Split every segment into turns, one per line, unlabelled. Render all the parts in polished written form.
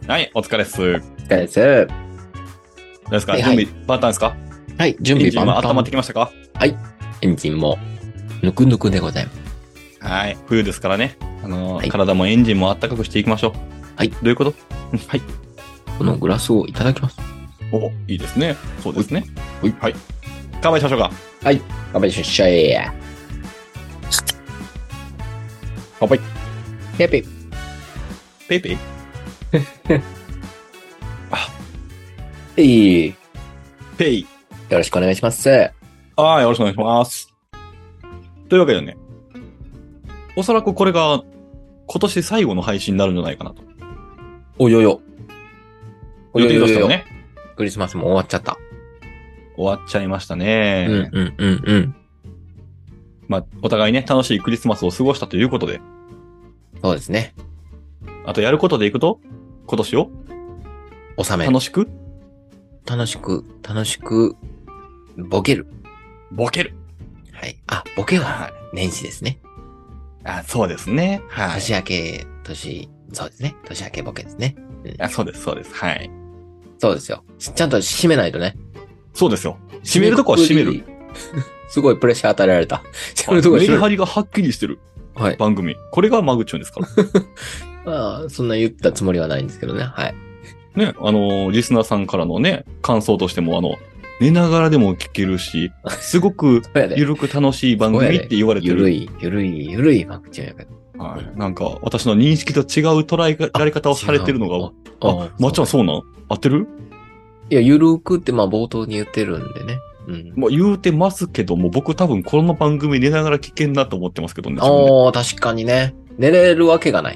はい、お疲れっす。
お疲れです。
どうですか、
はい
準備万端ですか？
はい、準備
エンジンは
万端。
温まってきましたか？
はい、エンジンもぬくぬくでございます。
はい、冬ですからね。
はい、
体もエンジンも温かくしていきましょう。
はい。
どういうことはい。
このグラスをいただきます。
お、いいですね。そうですね。
はい。
はい。乾杯しましょうか。
はい、乾杯しましょい。
乾杯。
ペペ。
ペイペイ
えい。よ
ペイ。
ろしくお願いします。
よろしくお願いします。というわけでね、おそらくこれが今年最後の配信になるんじゃないかなと。
およよ。
予定としてもね。
クリスマスも終わっちゃった。
終わっちゃいましたね。まあ、お互いね、楽しいクリスマスを過ごしたということで。
そうですね。
あとやることでいくと、今年を
収める。
楽しく
ボケる。
ボケる。
はい。あ、ボケは年始ですね。
そうですね。はい。
年明け、そうですね。年明けボケですね。
そうです、そうです。はい。
そうですよ。ちゃんと締めないとね。
そうですよ。締めるとこは締める。
すごいプレッシャー与えられた。
メリハリがはっきりしてる。
はい。
番組。これがマグチューンですから。
そんな言ったつもりはないんですけどね。はい。
ね、リスナーさんからのね、感想としても、寝ながらでも聞けるし、すごくゆるく楽しい番組って言われてる。
ゆるいマグチューンやけど。
はい。なんか、私の認識と違う捉えられ方をされてるのが、まっちゃんそうなん合ってる？
いや、ゆるくって冒頭に言ってるんでね。
まあ言うてますけども、僕多分この番組寝ながら聞けんなと思ってますけどね。
確かにね。寝れるわけがない。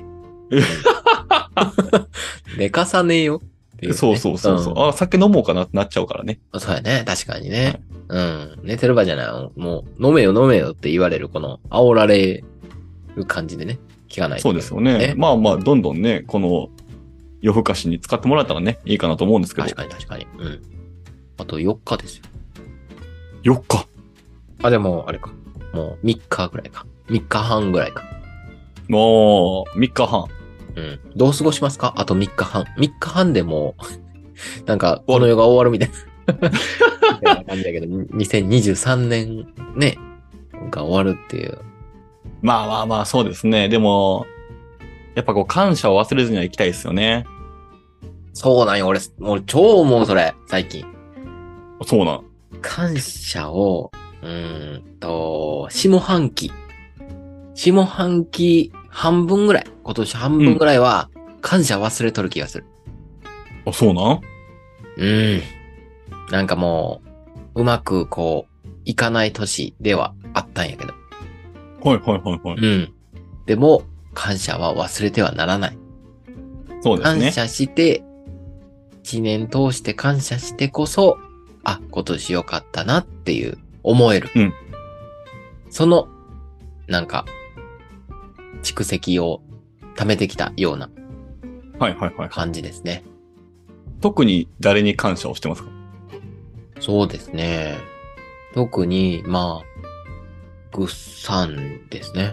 寝かさねえよ。
そう。酒飲もうかなってなっちゃうからね。
そうやね。確かにね。寝てる場じゃない。もう、飲めよって言われる、この、煽られる感じでね。聞かないと。
そうですよね。まあまあ、どんどんね、この、夜更かしに使ってもらったらね、いいかなと思うんですけど。
確かに。あと4日ですよ。
4日。
でも、あれか。もう3日ぐらいか。3日半ぐらいか。
もう、3日半。
どう過ごしますか？あと3日半。3日半でもう、なんか、この世が終わるみたいな感じだけど、2023年ね、が終わるっていう。
まあ、そうですね。でも、やっぱ感謝を忘れずには行きたいですよね。
そうなんよ、俺超思う、それ、最近。
そうなん。
感謝を、下半期半分ぐらい、今年半分ぐらいは、感謝忘れとる気がする。
そうなん？
なんかもう、うまくいかない年ではあったんやけど。
はい。
でも、感謝は忘れてはならない。
そうですね。
感謝して、一年通して感謝してこそ、今年良かったなっていう思える。その、なんか、蓄積を貯めてきたような感じですね。
特に誰に感謝をしてますか？
そうですね。特に、グッサンですね。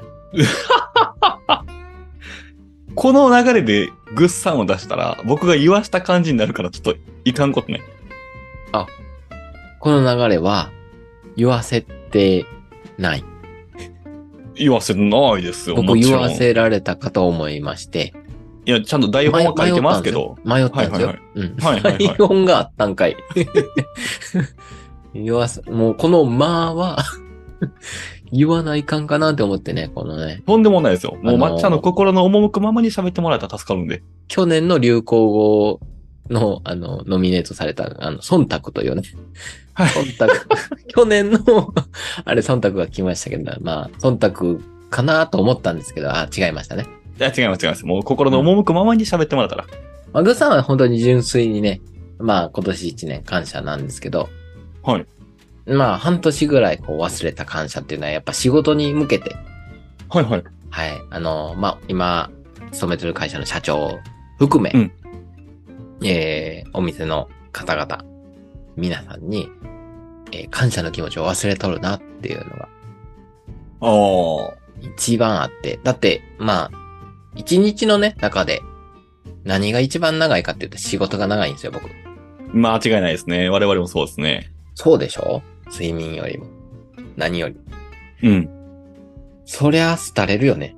この流れでグッサンを出したら、僕が言わした感じになるからちょっといかんことね。
この流れは、言わせてない。
言わせないですよ。
僕言わせられたかと思いまして。
いや、ちゃんと台本は書いてますけど。
迷ったんですよ。台本があったんかい。もうこのは、言わないかんかなって思ってね、このね。
とんでもないですよ。もう抹茶の心の赴くままに喋ってもらえたら助かるんで。
去年の流行語の、ノミネートされた、忖度というね。忖度。去年の、忖度が来ましたけど、忖度かなと思ったんですけど、違いましたね。
違います。もう心の赴くままに喋ってもらったら。
グさんは本当に純粋にね、今年1年感謝なんですけど。
はい。
半年ぐらい忘れた感謝っていうのはやっぱ仕事に向けて。
はい。
今、勤めてる会社の社長含め、お店の方々、皆さんに、感謝の気持ちを忘れとるなっていうのが、一番あって。だって、一日のね、中で、 何が一番長いかって言うと仕事が長いんですよ、僕。
間違いないですね。我々もそうですね。
そうでしょ？睡眠よりも。何より。
うん。
そりゃ、廃れるよね。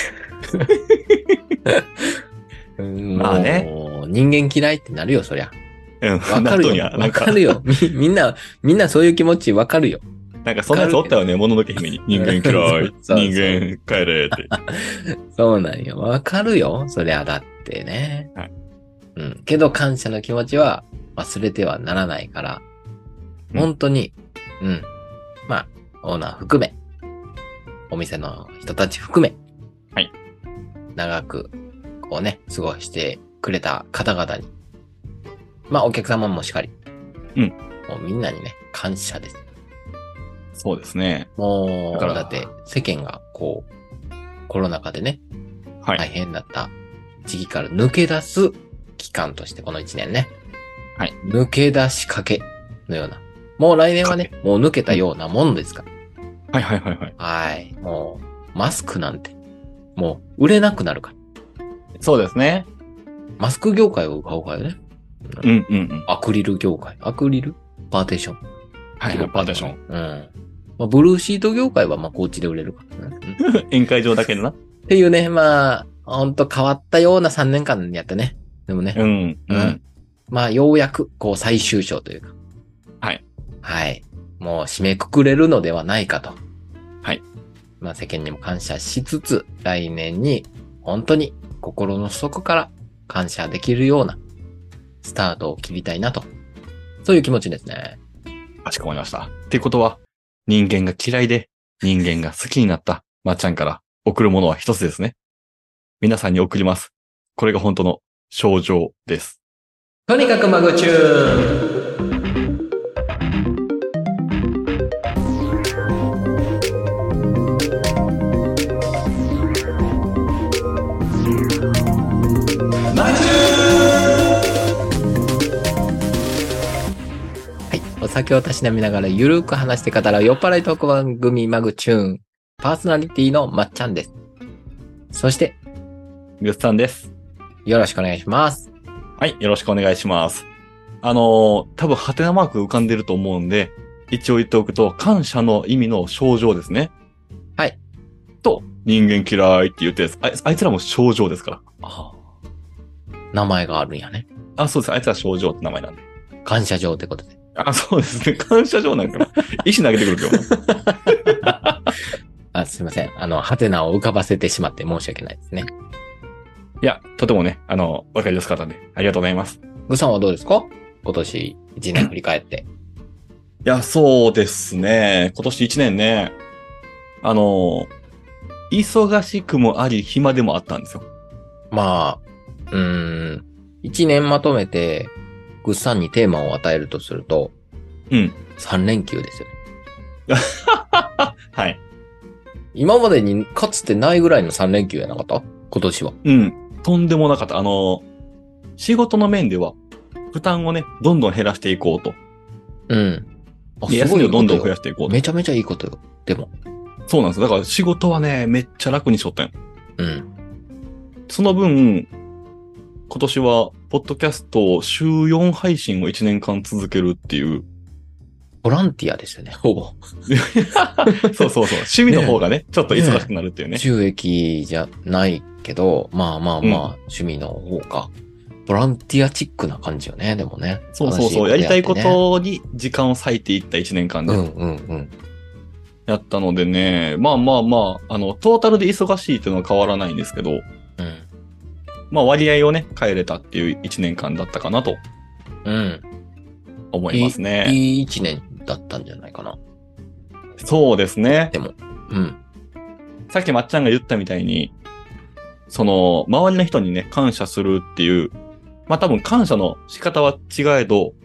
まあね。
もう人間嫌いってなるよ、そりゃ。
うん。
わかるよ。わかるよ。みんなそういう気持ちわかるよ。
なんかそんなやつおったよね、もののけ姫に。人間嫌い。人間帰れって。
そうなんよ。わかるよ。そりゃだってね。
はい。
うん。けど感謝の気持ちは忘れてはならないから、本当に、うん。まあ、オーナー含め、お店の人たち含め、
はい。
長く、こうね、過ごしてくれた方々に、まあお客様もしかり、
うん。
もうみんなにね、感謝です。
そうですね。
もう、だって世間がこう、コロナ禍でね、
はい。
大変だった時期から抜け出す期間としてこの1年ね。
はい。
抜け出しかけのような。もう来年はね、もう抜けたようなもんですから。
はいはいはいはい。
はい。もう、マスクなんて、もう売れなくなるから。
そうですね。
マスク業界を奪うからね。
うんうんうん。
アクリル業界。アクリルパーテーション。
はいはい、パーテーション。
うん。まあ、ブルーシート業界はまあこっちで売れるからね。
宴会場だけでな。
っていうね、まあ、ほんと変わったような3年間やったね。でもね。
うん。うん。
まあ、ようやく、こう、最終章というか。
はい。
はい。もう締めくくれるのではないかと。
はい。
まあ、世間にも感謝しつつ、来年に、本当に心の底から感謝できるような、スタートを切りたいなと。そういう気持ちですね。
かしこまりました。っていうことは、人間が嫌いで、人間が好きになったまっちゃんから送るものは一つですね。皆さんに送ります。これが本当の症状です。
とにかくマグチューン。お酒をたしなみながらゆるく話して語らう酔っ払いトーク番組マグチューン。パーソナリティのまっちゃんです。そして、
ぐっさんです。
よろしくお願いします。
はい、よろしくお願いします。多分ハテナマーク浮かんでると思うんで、一応言っておくと、感謝の意味の症状ですね。
はい。
と、人間嫌いって言ってあいつらも症状ですから。
ああ。名前があるんやね。
あ、そうです。あいつら症状って名前なんで。
感謝状ってことで。
あ、そうですね。感謝状なんかな。石投げてくるけど
あ、すいません。ハテナを浮かばせてしまって申し訳ないですね。
いや、とてもね、わかりやすかったんで、ありがとうございます。
ぐさんはどうですか？今年1年振り返って。
いや、そうですね。今年1年ね、忙しくもあり、暇でもあったんですよ。
まあ、1年まとめて、ぐっさんにテーマを与えるとすると、
うん。
3連休ですよ
ね。はい。
今までにかつてないぐらいの3連休やなかった？今年は。
うん。とんでもなかった。仕事の面では、負担をね、どんどん減らしていこうと。
うん。
休みをどんどん増やしていこうと。
めちゃめちゃいいことよ。でも。
そうなんですよ。だから仕事はね、めっちゃ楽にしとったんよ。
うん。
その分、今年は、ポッドキャスト週4配信を1年間続けるっていう。
ボランティアですよね、ほぼ。
そうそうそう。趣味の方がね、ちょっと忙しくなるっていうね。
収益じゃないけど、まあ、趣味の方か。ボランティアチックな感じよね、でもね。
そうそうそう。やりたいことに時間を割いていった1年間で。やったのでね、まあ、トータルで忙しいっていうのは変わらないんですけど、まあ割合をね、変えれたっていう1年間だったかなと。思いますね。
いい1年だったんじゃないかな。
そうですね。
でも、
さっきまっちゃんが言ったみたいに、周りの人にね、感謝するっていう、まあ多分感謝の仕方は違えど、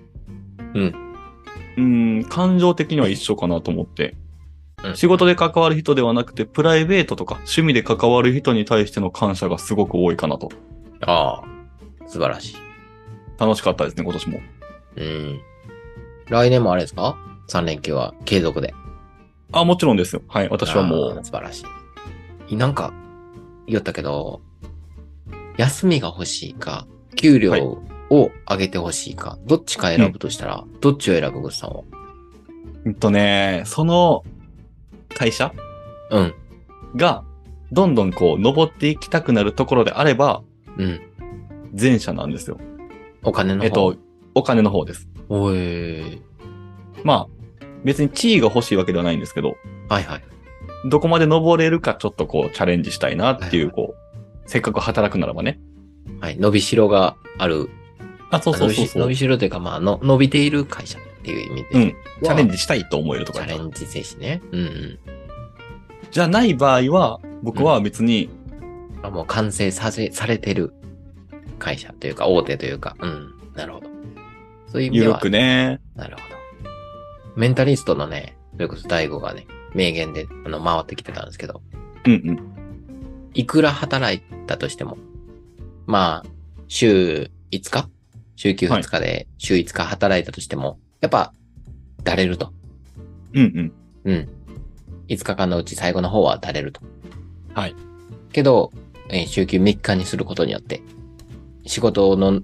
感情的には一緒かなと思って、仕事で関わる人ではなくて、プライベートとか趣味で関わる人に対しての感謝がすごく多いかなと。
ああ、素晴らしい。
楽しかったですね、今年も。
来年もあれですか？ 3 連休は継続で。
あ、もちろんですよ。はい、私はもう。
素晴らしい。なんか、言ったけど、休みが欲しいか、 給料を上げてほしいか、どっちか選ぶとしたら、どっちを選ぶグッさんは？
その会社
うん。
が、どんどんこう、登っていきたくなるところであれば、
うん。
前者なんですよ。
お金の方。
お金の方です。
おい。
まあ、別に地位が欲しいわけではないんですけど、
はいはい。
どこまで登れるかちょっとこう、チャレンジしたいなっていう、
はい
こう、せっかく働くならばね。
はい。伸びしろがある。
あ、そうそうそうそう。
伸びしろというか、まあ、伸びている会社っていう意味で。
うん。チャレンジしたいと思えるとか。
チャレンジ精神ね。うんうん。
じゃない場合は、僕は別に、
もう完成されてる会社というか、大手というか、うん。なるほど。そういう意味では。
緩くね。
なるほど。メンタリストのね、それこそ大悟がね、名言で、回ってきてたんですけど。
うんうん。
いくら働いたとしても、まあ、週5日週休2日で週5日働いたとしても、やっぱ、だれると。
うんうん。
うん。5日間のうち最後の方はだれると。
はい。
けど、週休3日にすることによって、仕事の、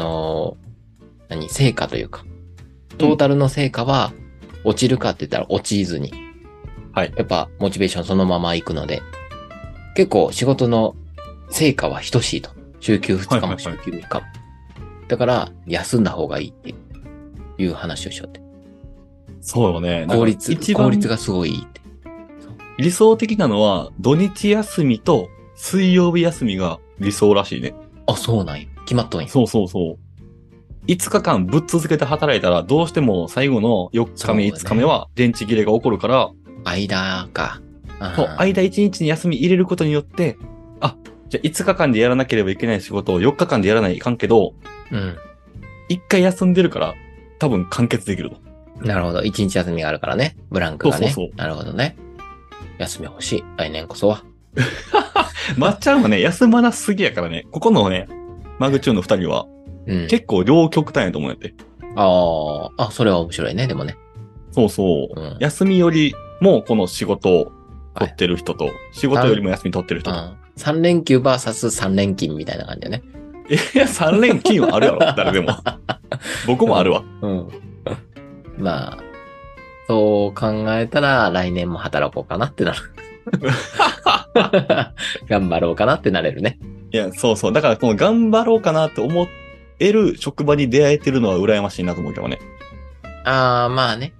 成果というか、トータルの成果は落ちるかって言ったら落ちずに、
はい。
やっぱモチベーションそのまま行くので、結構仕事の成果は等しいと。週休2日も週休3日も。だから、休んだ方がいいっていう話をしようって。
そうよね。
効率がすごいいいって。
理想的なのは、土日休みと水曜日休みが理想らしいね。
あ、そうなんや。決まっとんや。
そうそうそう。5日間ぶっ続けて働いたら、どうしても最後の4日目、5日目は電池切れが起こるから、
間か。
そう、間1日に休み入れることによって、じゃあ5日間でやらなければいけない仕事を4日間でやらないかんけど、
うん。
1回休んでるから、多分完結できると。
なるほど。1日休みがあるからね。ブランクがね。
そう。
なるほどね。休み欲しい。来年こそは。
まっちゃんはね、休まなすぎやからね、ここのね、マグチューンの2人は、結構両極端やと思うんやって。
それは面白いね、でもね。
そうそう。休みよりも、この仕事を取ってる人と、仕事よりも休み取ってる人と。
3連休 vs3 連勤みたいな感じだね。
いや、3連勤はあるやろ、誰でも。僕もあるわ。
まあ、そう考えたら、来年も働こうかなってなる。頑張ろうかなってなれるね。
いや、そうそう。だから、この頑張ろうかなって思える職場に出会えてるのは羨ましいなと思うけどね。
まあね。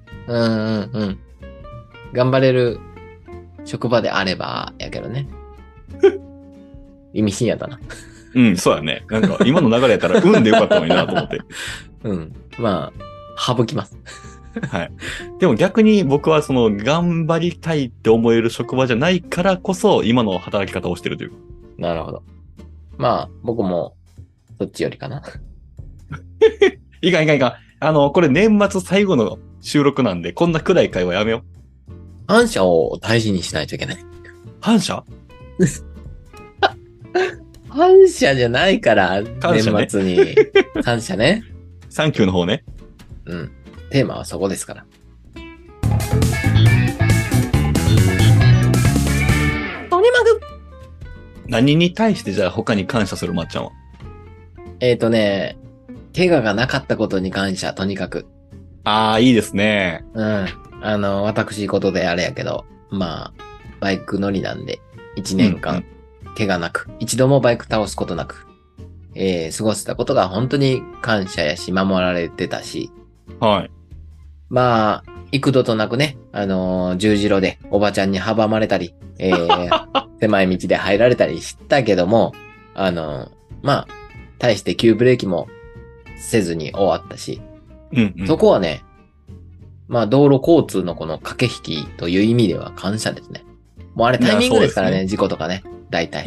頑張れる職場であれば、やけどね。意味深やったな。
うん、そうやね。なんか、今の流れやったら、運でよかったのになと思って。
まあ、省きます。
はい。でも逆に僕は頑張りたいって思える職場じゃないからこそ、今の働き方をしてるという。
なるほど。まあ、僕も、そっちよりかな。
いかん。これ年末最後の収録なんで、こんな暗い会話やめよう。
反社を大事にしないといけない。
反社
反社じゃないから、年末に。感謝ね。
サンキューの方ね。
テーマはそこですから。トニマグ
何に対してじゃあ他に感謝するまっちゃんは？
怪我がなかったことに感謝、とにかく。
いいですね。
私事であれやけど、まあ、バイク乗りなんで、1年間、怪我なく、一度もバイク倒すことなく、過ごせたことが本当に感謝やし、守られてたし。
はい。
まあ、幾度となくね、十字路でおばちゃんに阻まれたり、狭い道で入られたりしたけども、まあ、大して急ブレーキもせずに終わったし、そこはね、まあ道路交通のこの駆け引きという意味では感謝ですね。もうあれタイミングですからね、事故とかね、大体。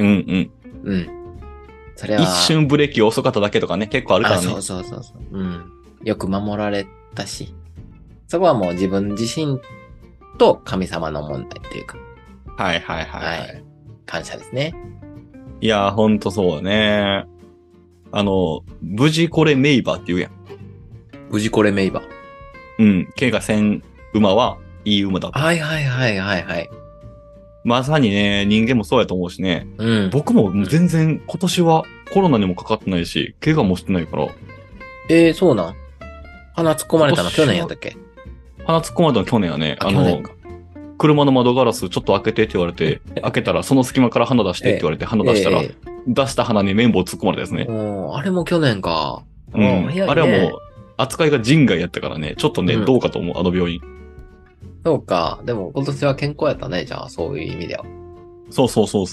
それは。
一瞬ブレーキ遅かっただけとかね、結構あるからね。
そう。よく守られたし、そこはもう自分自身と神様の問題っていうか。
はい。
感謝ですね。
いや、ほんとそうだね。無事これ名馬って言うやん。
無事これ名馬。
怪我せん馬はいい馬だと。
はい。
まさにね、人間もそうやと思うしね。僕も全然今年はコロナにもかかってないし、怪我もしてないから。
そうなん？鼻突っ込まれたの去年やったっけ？
鼻突っ込まれたの去年やね。
去年か。
車の窓ガラスちょっと開けてって言われて、開けたらその隙間から鼻出してって言われて、鼻出したら、出した鼻に綿棒突っ込まれたですね。
あれも去年か。
あれはもう、扱いが人外やったからね、ちょっとね、どうかと思う、あの病院。
そうか。でも今年は健康やったね、じゃあ、そういう意味では。
そう。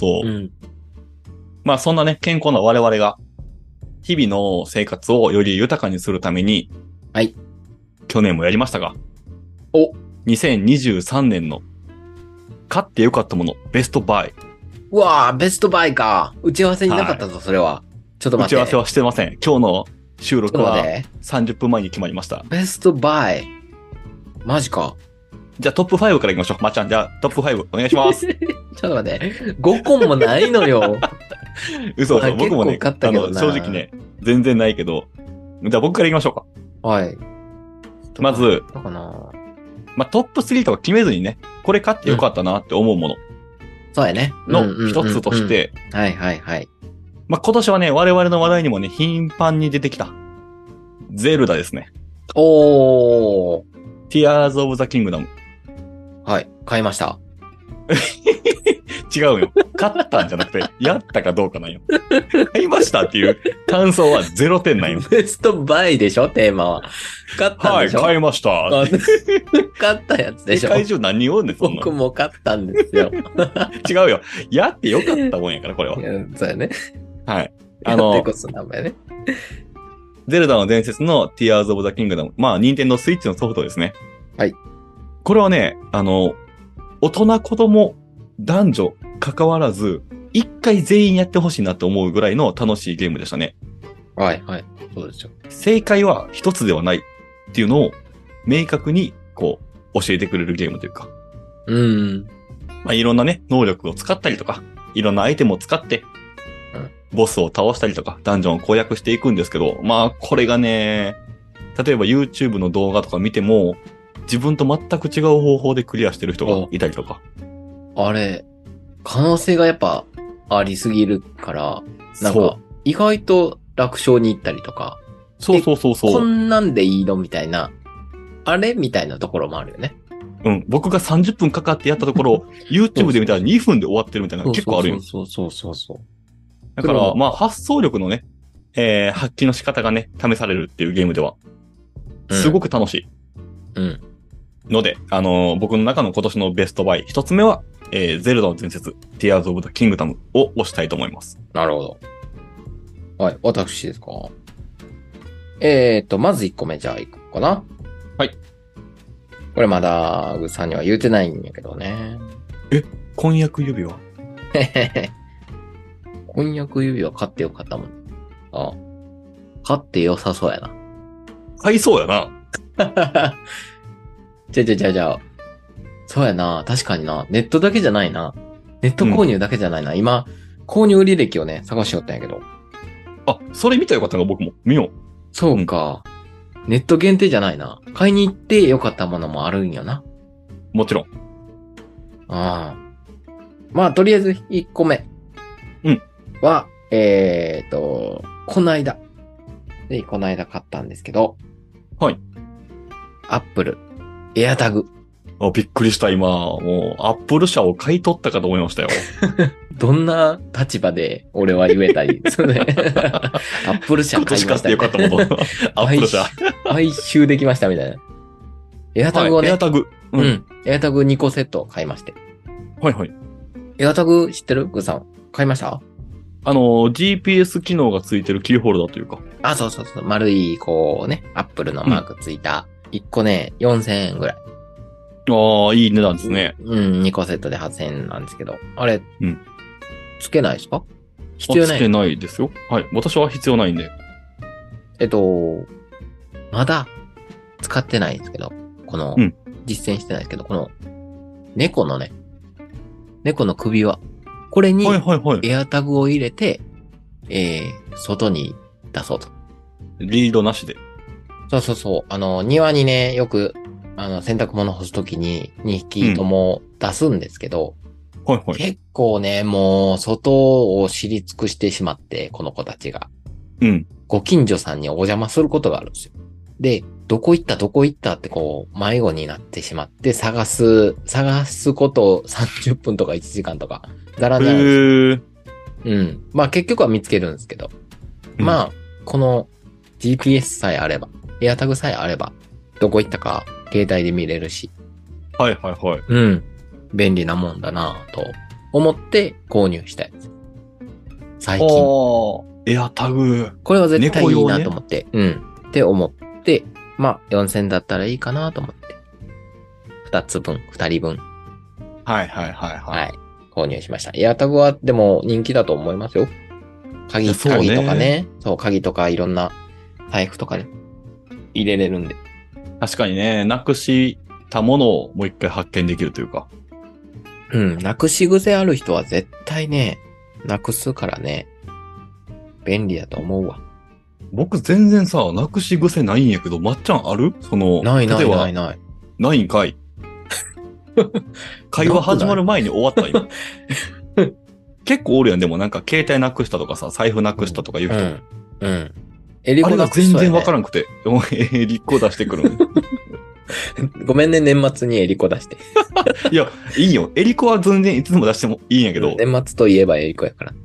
まあそんなね、健康な我々が、日々の生活をより豊かにするために、
はい。
去年もやりましたが、2023年の、買ってよかったもの、ベストバイ。
うわぁ、ベストバイか。打ち合わせになかったぞ、それは。ちょっと待って。
打ち合わせはしてません。今日の収録は30分前に決まりました。
ベストバイ。マジか。
じゃあトップ5からいきましょう。まっちゃん、じゃあトップ5お願いします。
ちょっと待って。5個もないのよ。
嘘。僕もね、正直ね、全然ないけど。じゃあ僕からいきましょうか。はい。まず、まあ、トップ3とか決めずにね、これ買ってよかったなって思うもの。
そうやね。
の一つとして、
はい。
まあ、今年はね、我々の話題にもね、頻繁に出てきた。ゼルダですね。Tears of the Kingdom。
はい、買いました。
違うよ。買ったんじゃなくて、やったかどうかなんよ。買いましたっていう感想は0点なんよ。
ベストバイでしょテーマは。買ったんでしょ？
はい、買いました。
買ったやつでしょ？
世界中何言うんですか？
僕も買ったんですよ。
違うよ。やってよかったもんやから、これは。
そうやね。
はい。
やってこそ名前ね。
ゼルダの伝説の Tears of the Kingdom。まあ、任天堂スイッチのソフトですね。
はい。
これはね、大人、子供、男女、関わらず、一回全員やってほしいなって思うぐらいの楽しいゲームでしたね。
はい。そうですよ。
正解は一つではないっていうのを、明確に、教えてくれるゲームというか。まあ、いろんなね、能力を使ったりとか、いろんなアイテムを使って、ボスを倒したりとか、ダンジョンを攻略していくんですけど、まあ、これがね、例えば YouTube の動画とか見ても、自分と全く違う方法でクリアしてる人がいたりとか。
あれ、可能性がやっぱありすぎるから、なんか、意外と楽勝に行ったりとか。
そう。
こんなんでいいのみたいな、あれみたいなところもあるよね。
僕が30分かかってやったところ、YouTube で見たら2分で終わってるみたいなの結構あるよ。
そう。
だから、まあ、発想力のね、発揮の仕方がね、試されるっていうゲームでは、すごく楽しい。ので、僕の中の今年のベストバイ、一つ目は、ゼルダの伝説、Tears of the Kingdom を押したいと思います。
なるほど。はい、私ですか。まず1個目、じゃあ行こうかな。
はい。
これまだ、ぐさんには言うてないんやけどね。
婚約指輪
婚約指輪買ってよかったもん。買って良さそうやな。
買いそうやな。
じゃあ。そうやな。確かにな。ネットだけじゃないな。ネット購入だけじゃないな。今、購入履歴をね、探しよったんやけど。
それ見たらよかったの僕も。見よう。
そうか。ネット限定じゃないな。買いに行ってよかったものもあるんよな。
もちろん。
まあ、とりあえず1個目。は、この間買ったんですけど。
はい。
アップル、エアタグ。
びっくりした、今。もう、アップル社を買い取ったかと思いましたよ。
どんな立場で俺は言えたり、それアップル社買いました。
よかったもの。アップル社。
買収できましたみたいな。エアタグをね。
エアタグ。
エアタグ2個セット買いまして。
はい。
エアタグ知ってる？グーさん。買いました？
GPS 機能がついてるキーホルダーというか。
そう。丸い、アップルのマークついた。1個ね、4000円ぐらい。
いい値段ですね。
2個セットで8000円なんですけど。あれ、つけないですか？必要ない？
つけないですよ。はい。私は必要ないんで。
まだ使ってないんですけど、実践してないですけど、この、猫の首輪。これに、エアタグを入れて、外に出そうと。
リードなしで。
そう。庭にね、よく、洗濯物干すときに2匹とも出すんですけど、
はいはい。
結構ね、もう、外を知り尽くしてしまって、この子たちが。
うん。
ご近所さんにお邪魔することがあるんですよ。で、どこ行ったってこう、迷子になってしまって、探すこと30分とか1時間とか、ざらにあるんですよ。
へえ。
うん。まあ結局は見つけるんですけど。
うん
まあ、この GPS さえあれば、エアタグさえあれば、どこ行ったか携帯で見れるし、
はいはいはい。
うん。便利なもんだなぁと思って購入したやつ。最近。
ああ、エアタグ。
これは絶対いい
猫用ね
なと思って、うん。って思って、まあ4000だったらいいかなと思って。2つ分、2人分。
はいはいはいは
はい。購入しました。エアタグはでも人気だと思いますよ。鍵
そうね
とかね。そう、鍵とかいろんな財布とかに入れれるんで。
い。確かにね、なくしたものをもう一回発見できるというか。
うん。なくし癖ある人は絶対ね、なくすからね。便利だと思うわ。
僕全然さ、なくし癖ないんやけど、まっちゃんある
ないない
例えば
ないない。
ないんかい。会話始まる前に終わった今。結構おるやん。でもなんか携帯なくしたとかさ、財布なくしたとか言う人。
うん。うん。エリコ
あれが
なくしそうやね
全然わからんくて。立候出してくるの。
ごめんね、年末にエリコ出して。
いや、いいよ。エリコは全然いつでも出してもいいんやけど。
年末といえばエリコやから。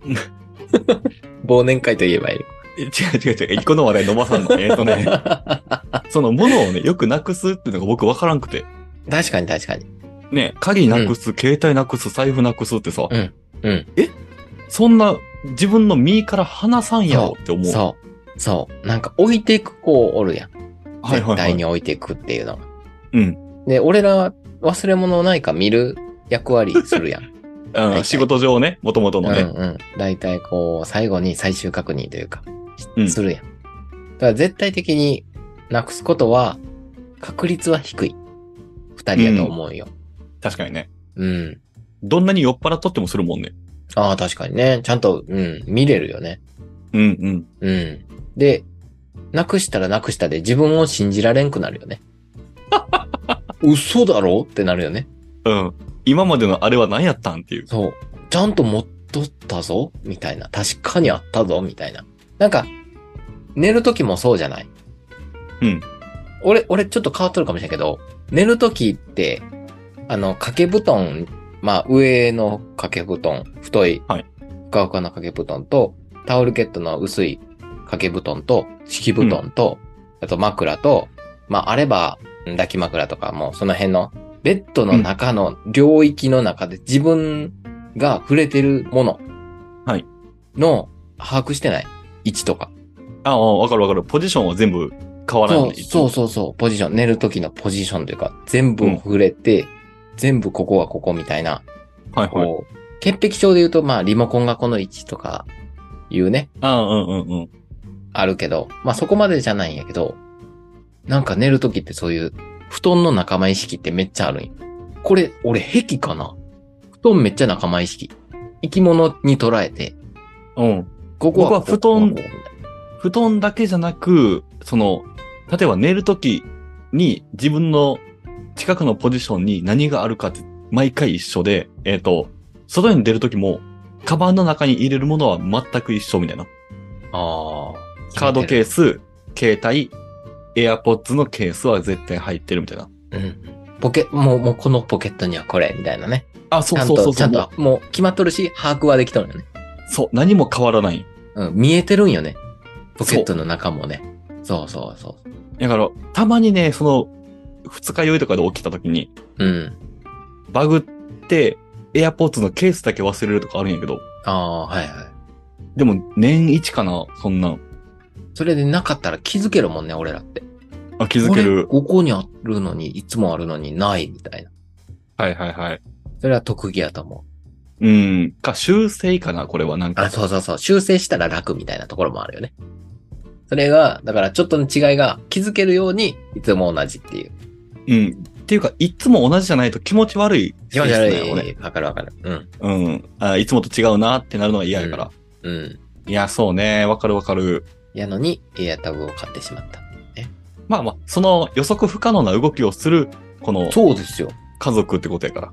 忘年会といえばエリコ。
違う。エリコの話題伸ばさんの。その物をね、よくなくすっていうのが僕わからんくて。
確かに確かに。
ね、鍵なくす、携帯なくす、財布なくすってさ。
うん。うん。
そんな自分の身から離さんやろって思う。
そう。なんか置いていく子おるやん。
はいはいはい。
絶対に置いていくっていうのが。
うん。
で、俺らは忘れ物ないか見る役割するやん。
うん、仕事上ね、もともとのね。
うん。だいたいこう、最後に最終確認というか、
うん
するやん。だから絶対的になくすことは、確率は低い。二人やと思うよ。
確かにね。
うん。
どんなに酔っ払っとってもするもんね。
ああ、確かにね。ちゃんと、見れるよね。
うん。
で、なくしたらなくしたで自分を信じられんくなるよね。嘘だろってなるよね。
うん。今までのあれは何やったんっていう。
そう。ちゃんと持っとったぞみたいな。確かにあったぞみたいな。なんか、寝るときもそうじゃない？
うん。
俺ちょっと変わっとるかもしれんけど、寝るときって、掛け布団、まあ、上の掛け布団、太い、
はい
ふかふかな掛け布団と、タオルケットの薄い掛け布団と、敷布団と、あと枕と、まあ、あれば、抱き枕とかも、その辺の、ベッドの中の領域の中で自分が触れてるもの。
はい。
の、把握してない位置とか。
ああ、わかる。ポジションは全部変わらない。
そう。ポジション。寝る時のポジションというか、全部触れて、全部ここはここみたいな。
はい。
こう、潔癖症で言うと、まあ、リモコンがこの位置とか、いうね。
うん。
あるけど、まあそこまでじゃないんやけど、なんか寝る時ってそういう、布団の仲間意識ってめっちゃあるんよ。これ、俺癖かな？布団めっちゃ仲間意識。生き物に捉えて、
うん。
ここは
僕は布団だけじゃなく、例えば寝るときに自分の近くのポジションに何があるかって毎回一緒で、外に出るときも、カバンの中に入れるものは全く一緒みたいな。
ああ。
カードケース、携帯、エアポッツのケースは絶対入ってるみたいな。
うん。もうこのポケットにはこれ、みたいなね。
あ、そう。
ちゃんと、もう決まっとるし、把握はできとるよね。
そう、何も変わらない。
うん、見えてるんよね。ポケットの中もね。そう。
だから、たまにね、二日酔いとかで起きた時に、
うん。
バグって、エアポッツのケースだけ忘れるとかあるんやけど、
ああ、はい。
でも年一かな、そんなん。
それでなかったら気づけるもんね、俺らって。
あ、気づける。
ここにあるのに、いつもあるのにないみたいな。
はい。
それは特技やと思う。
修正かな、これはなんか。
あ、そう。修正したら楽みたいなところもあるよね。それが、だからちょっとの違いが気づけるように、いつも同じっていう。
っていうか、いつも同じじゃないと気持ち悪い。
気持ち悪い。わかる。
いつもと違うなってなるのが嫌やから。いや、そうね。わかる。
やのに、エアタグを買ってしまった。
まあ、その予測不可能な動きをする、
そうですよ。
家族ってことやから。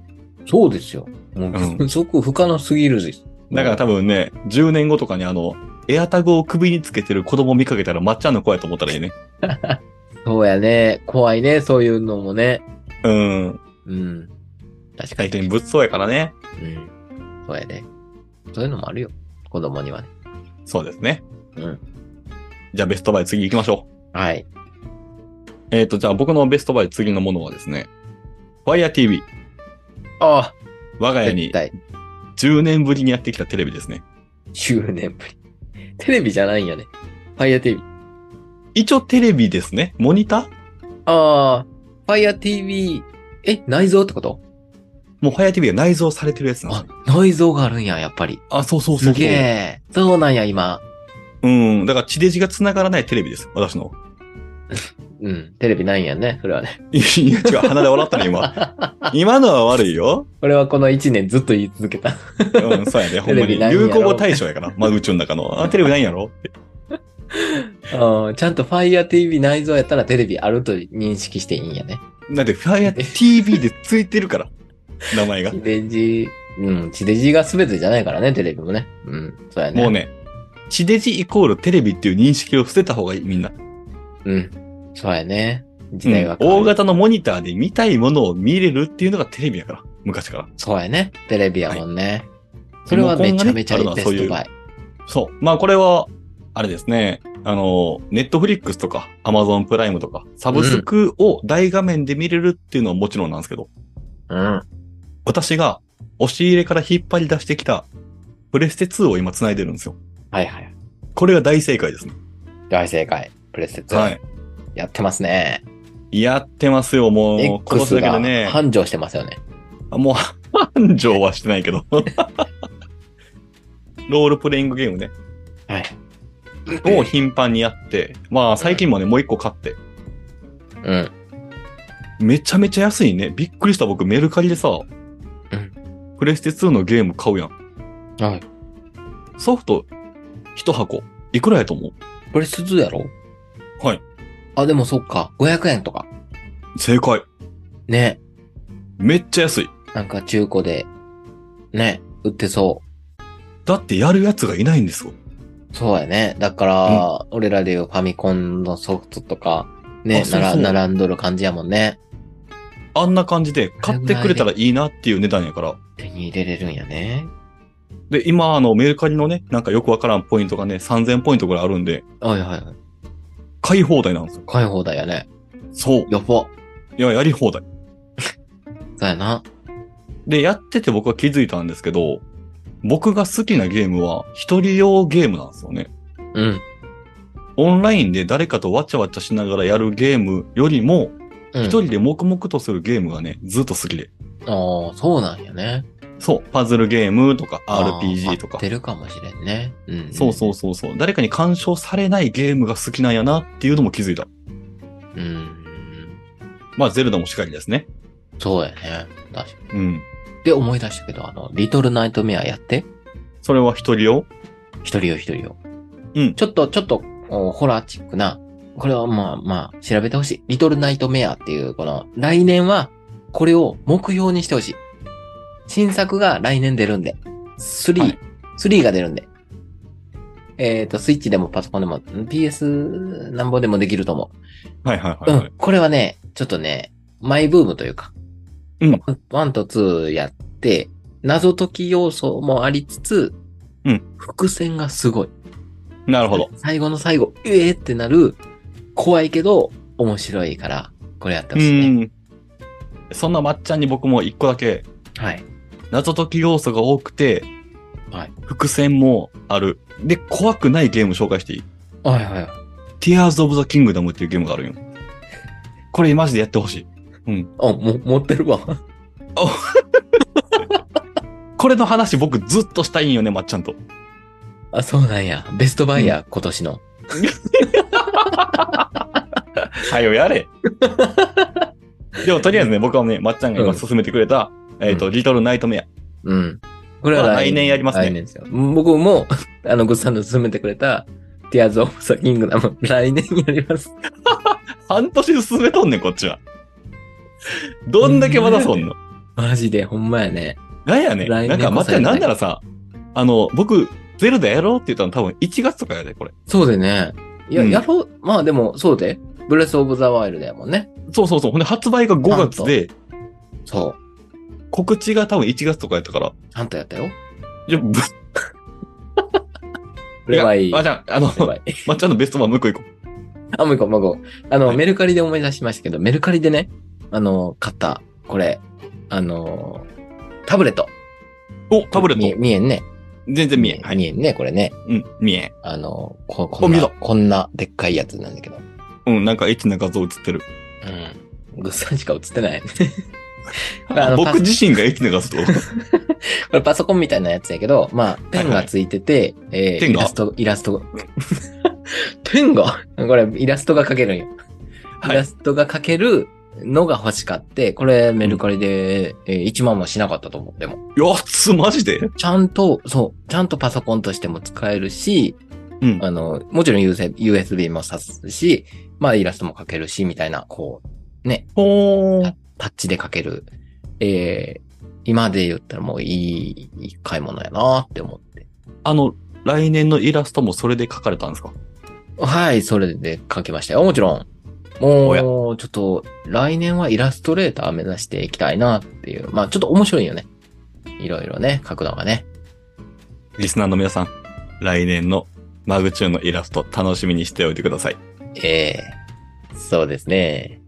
そうですよ。もう、すごく不可能すぎるです。
だから多分ね、10年後とかにエアタグを首につけてる子供見かけたらまっちゃんの子やと思ったらいいね。
そうやね。怖いね、そういうのもね。
うん。
うん。確か
相
に。
手に物騒やからね。
うん。そうやね。そういうのもあるよ。子供にはね。
そうですね。
うん。
じゃあベストバイ次行きましょ
う。はい。
じゃあ僕のベストバイ次のものはですね、Fire TV。
ああ。
我が家に10年ぶりにやってきたテレビですね。
10年ぶり。テレビじゃないんやね。Fire TV。
一応テレビですね。モニター？
ああ。Fire TV。内蔵ってこと？
もう Fire TV が内蔵されてるやつなんですよ。
内蔵があるんや、やっぱり。
そう。
すげえ。そうなんや、今。
だから地デジが繋がらないテレビです。私の。
うん。テレビないんやね。それはね。
いや、違う。鼻で笑ったね、今。今のは悪いよ。
俺はこの1年ずっと言い続けた。
そうやね。ほんまに。流行語大賞やから。宇宙の中の。テレビないんやろって。
ちゃんと Fire TV 内蔵やったらテレビあると認識していいんやね。
だって Fire TV でついてるから。名前が。
地デジが全てじゃないからね、テレビもね。うん。そうやね。
もうね、地デジイコールテレビっていう認識を捨てた方がいい、みんな。
うん。そうやね。時代が
大型のモニターで見たいものを見れるっていうのがテレビやから。昔から。
そうやね。テレビやもんね。それはめちゃめちゃいいベストバイ。
そう。これは、あれですね。ネットフリックスとか、アマゾンプライムとか、サブスクを大画面で見れるっていうのはもちろんなんですけど。
うん。
私が押し入れから引っ張り出してきたプレステ2を今繋いでるんですよ。
はいはい。
これが大正解ですね。
大正解。プレステ2。はい。やってますね。
やってますよ、もう。今
年だけでね。繁盛してますよね。
もう、繁盛はしてないけど。ロールプレイングゲームね。
はい。
を頻繁にやって、最近もね、もう一個買って。
うん。
めちゃめちゃ安いね。びっくりした僕、メルカリでさ、プレステ2のゲーム買うやん。
はい。
ソフト、一箱、いくらやと思う？
プレステ2やろ？
はい。
でもそっか。500円とか。
正解。
ね。
めっちゃ安い。
なんか中古で、ね、売ってそう。
だってやるやつがいないんですよ。
そうやね。だから、俺らでいうファミコンのソフトとか、ね、並んどる感じやもんね。
あんな感じで、買ってくれたらいいなっていう値段やから。
手に入れれるんやね。
で、今、メルカリのね、なんかよくわからんポイントがね、3000ポイントぐらいあるんで。
はいはいはい。
買い放題なんですよ。
買い放題やね。
そう。
やば。
いや、やり放題。
そうやな。
で、やってて僕は気づいたんですけど、僕が好きなゲームは一人用ゲームなんですよね。
うん。
オンラインで誰かとわちゃわちゃしながらやるゲームよりも、一人で黙々とするゲームがね、ずっと好きで。
ああ、そうなんやね。
そう。パズルゲームとか RPG とか。
合ってるかもしれんね。
うん、そう。誰かに干渉されないゲームが好きなんやなっていうのも気づいた。ゼルダもしっかりですね。
そうやね。確かに。
うん。
で、思い出したけど、リトルナイトメアやって。
それは一人用？
一人用。
うん。
ちょっと、ホラーチックな。これは調べてほしい。リトルナイトメアっていう、来年は、これを目標にしてほしい。新作が来年出るんで。3が出るんで。スイッチでもパソコンでも、PS なんぼでもできると思
う。はい。
これはね、ちょっとね、マイブームというか。
うん。
1と2やって、謎解き要素もありつつ、伏線がすごい。
なるほど。
最後の最後、ってなる、怖いけど、面白いから、これやってほしいね。
そんなまっちゃんに僕も一個だけ。
はい。
謎解き要素が多くて、
はい。
伏線もある。で、怖くないゲーム紹介していい？
はい。
Tears of the Kingdom っていうゲームがあるよ。これマジでやってほしい。うん。
持ってるわ。
これの話僕ずっとしたいんよね、まっちゃんと。
そうなんや。ベストバイヤー、今年の。
はよやれ。でもとりあえずね、僕はね、まっちゃんが今勧めてくれた、リトルナイトメア。
うん。これは
来年やりますね。
来年ですよ。僕も、グッさんの勧めてくれた、Tears of the Kingdom、来年やります。
半年進めとんねん、こっちは。どんだけまだそんの？
マジで、ほんまやね。
なんやね。なんか、またなんならさ、僕、ゼルダやろうって言ったの多分1月とかやで、これ。
そうでね。いや、やろう、まあでも、そうで。ブレスオブザワイルドやもんね。
そう。ほんで、発売が5月で、
そう。
告知が多分1月とかやったから。
ちゃんとやったよ。
いや、
レバイ。
じゃあ、まっちゃんのベスト版もう一個行こう。
もう一個。はい、メルカリで思い出しましたけど、メルカリでね、買った、これ、タブレット。
お、タブレット。
見えんね。
全然見えん。
はい。見えんね、これね。
うん、見えん。
こんなでっかいやつなんだけど。
なんかエッチな画像映ってる。
ぐっさんしか映ってない。
僕自身がエッチな画像。
これパソコンみたいなやつやけど、まあ、ペンがついてて、イラスト。ペンがこれ、イラストが描けるんよ。イラストが描けるのが欲しかって、これメルカリで、1万もしなかったと思っても。
マジで？
ちゃんとパソコンとしても使えるし、もちろん USB も挿すし、まあイラストも描けるし、みたいな、こう、ね。タッチで描ける。今で言ったらもういい買い物やなって思って。
来年のイラストもそれで描かれたんですか？
はい、それで描きましたよ。もちろん。もう、ちょっと、来年はイラストレーター目指していきたいなっていう。まあ、ちょっと面白いよね。いろいろね、描くのがね。
リスナーの皆さん、来年のマグチューンのイラスト楽しみにしておいてください。
そうですね。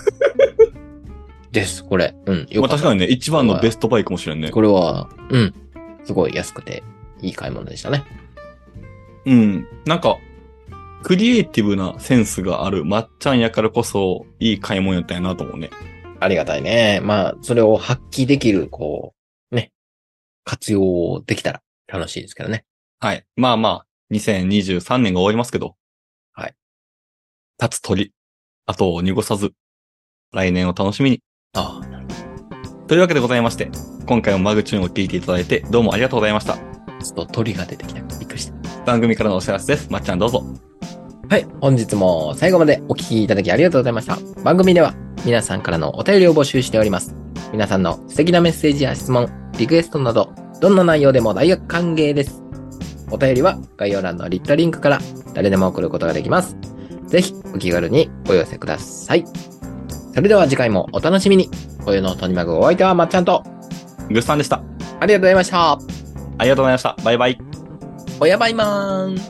です、これ。
よかった。確かにね、一番のベストバイかもしれんね。
これは、すごい安くていい買い物でしたね。
なんか、クリエイティブなセンスがあるまっちゃんやからこそ、いい買い物やったんやなと思うね。
ありがたいね。まあ、それを発揮できる、活用できたら楽しいですけどね。
はい。まあ、2023年が終わりますけど。
はい。
立つ鳥。後を濁さず、来年を楽しみに。
なるほ
ど。というわけでございまして、今回もマグチューンを聞いていただいて、どうもありがとうございました。
ちょっと鳥が出てきた。びっくりした。
番組からのお知らせです。まっちゃんどうぞ。
はい。本日も最後までお聞きいただきありがとうございました。番組では皆さんからのお便りを募集しております。皆さんの素敵なメッセージや質問、リクエストなど、どんな内容でも大学歓迎です。お便りは概要欄のリットリンクから誰でも送ることができます。ぜひお気軽にお寄せください。それでは次回もお楽しみに。お湯のとにまぐお相手はまっちゃんと
ぐっさんでした。
ありがとうございました。
ありがとうございました。バイバイ。
おやばいまーん。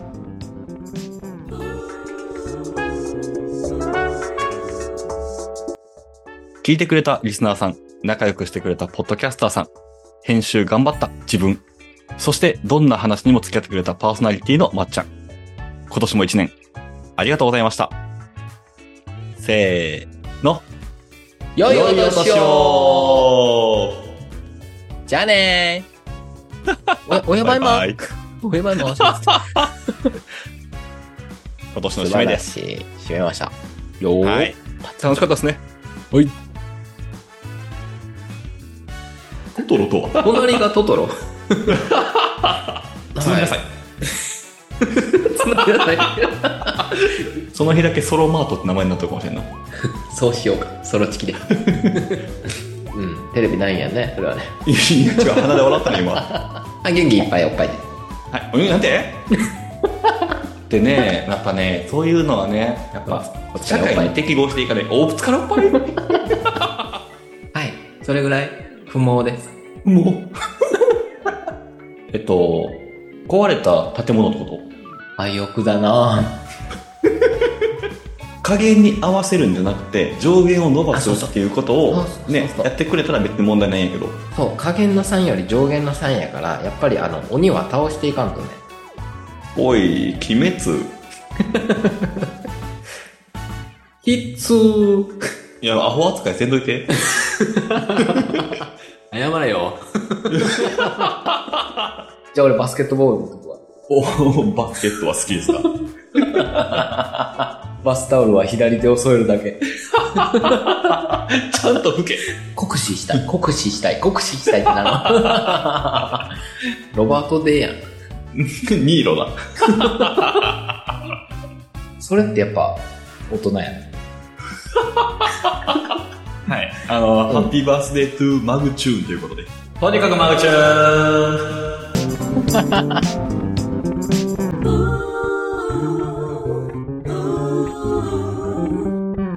聞いてくれたリスナーさん、仲良くしてくれたポッドキャスターさん、編集頑張った自分、そしてどんな話にも付き合ってくれたパーソナリティのまっちゃん。今年も1年、ありがとうございました。せーの。
よいお年を。じゃあねー。おやばいまー。おやばいまー。
今年の締めです。
締めました。よー。
はい。楽しかったですね。
はい。
トトロとは
隣がトトロ。
つなぎなさい。
つなぎなさい。
その日だけソロマートって名前になったかもしれんな。
そうしようか。ソロチキで。テレビないんやね、それはね。
いや、違う、鼻で笑ったね、今。
元気いっぱいおっぱいで。
はい、なんてでね、やっぱね、そういうのはね、やっぱ、社会に適合していかない。お、ぶつかるおっぱい
はい、それぐらい不毛です。
もう。壊れた建物ってこと？
愛欲だな
加減に合わせるんじゃなくて、上限を伸ばすっていうことをね、やってくれたら別に問題ないんやけど。
そう、加減の3より上限の3やから、やっぱり鬼は倒していかんとね。
おい、鬼滅。
ひっつー。
いや、アホ扱いせんといて。
謝れよ。じゃあ俺バスケットボールのとこは。
バスケットは好きですか？
バスタオルは左手を添えるだけ。
ちゃんと吹け。
酷使したいってなる。ロバート・デイやん。
ニーロだ。
それってやっぱ大人やね。
はい。ハッピーバースデートゥーマグチューンということで。
とにかくマグチューン